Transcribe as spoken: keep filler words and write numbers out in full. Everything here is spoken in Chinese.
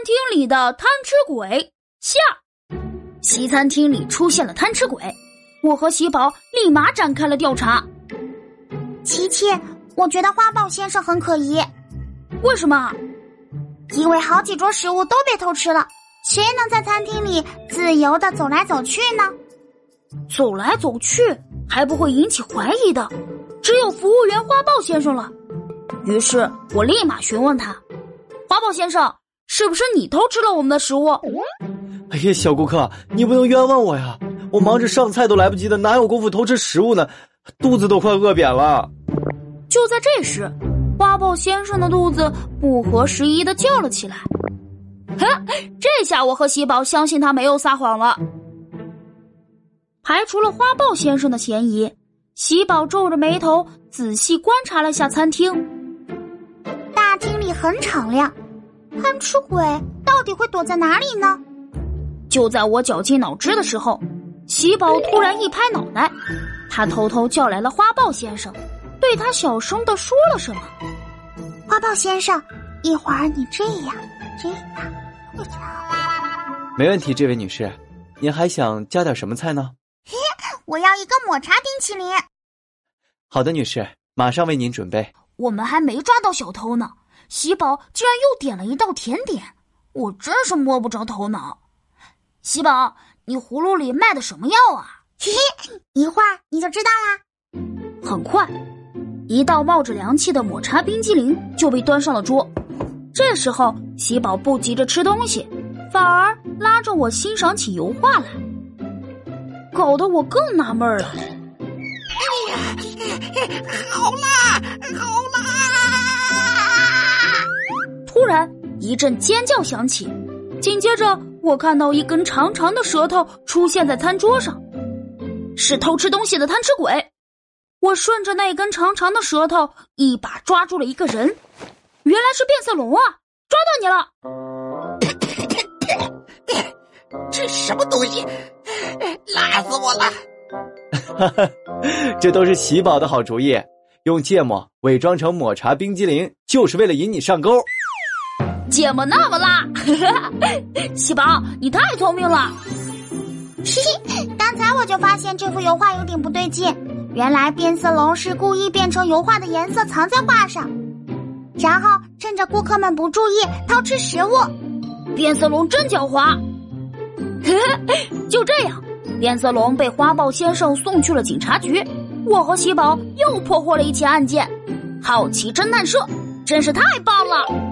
厅里的贪吃鬼下。西餐厅里出现了贪吃鬼，我和喜宝立马展开了调查。 琪琪，我觉得花豹先生很可疑。 为什么？ 因为好几桌食物都被偷吃了，谁能在餐厅里自由地走来走去呢？ 走来走去还不会引起怀疑的，只有服务员花豹先生了。于是我立马询问他，花豹先生，是不是你偷吃了我们的食物？ 哎呀，小顾客，你不能冤枉我呀，我忙着上菜都来不及的，哪有功夫偷吃食物呢？肚子都快饿扁了。 就在这时，花豹先生的肚子不合时宜地叫了起来。哈，这下我和喜宝相信他没有撒谎了。排除了花豹先生的嫌疑，喜宝皱着眉头仔细观察了下餐厅。 大厅里很敞亮，贪吃鬼到底会躲在哪里呢？ 就在我绞尽脑汁的时候，喜宝突然一拍脑袋，他偷偷叫来了花豹先生，对他小声地说了什么。 花豹先生，一会儿你这样这样这样。 没问题，这位女士，您还想加点什么菜呢？ 我要一个抹茶冰淇淋。 好的，女士，马上为您准备。 我们还没抓到小偷呢，喜宝竟然又点了一道甜点，我真是摸不着头脑。喜宝，你葫芦里卖的什么药啊？ 嘿嘿，一会儿你就知道啦。 很快，一道冒着凉气的抹茶冰激凌就被端上了桌。这时候，喜宝不急着吃东西，反而拉着我欣赏起油画来，搞得我更纳闷了。 哎呀，好辣，好辣！ 突然一阵尖叫响起，紧接着我看到一根长长的舌头出现在餐桌上，是偷吃东西的贪吃鬼。我顺着那根长长的舌头一把抓住了一个人，原来是变色龙啊！抓到你了！这什么东西？辣死我了！ 哈哈，这都是喜宝的好主意，用芥末伪装成抹茶冰激凌，就是为了引你上钩。 芥末那么辣，喜宝，你太聪明了。 嘿嘿，刚才我就发现这幅油画有点不对劲，原来变色龙是故意变成油画的颜色藏在画上，然后趁着顾客们不注意偷吃食物。 变色龙真狡猾。就这样，变色龙被花豹先生送去了警察局，我和喜宝又破获了一起案件。好奇侦探社真是太棒了。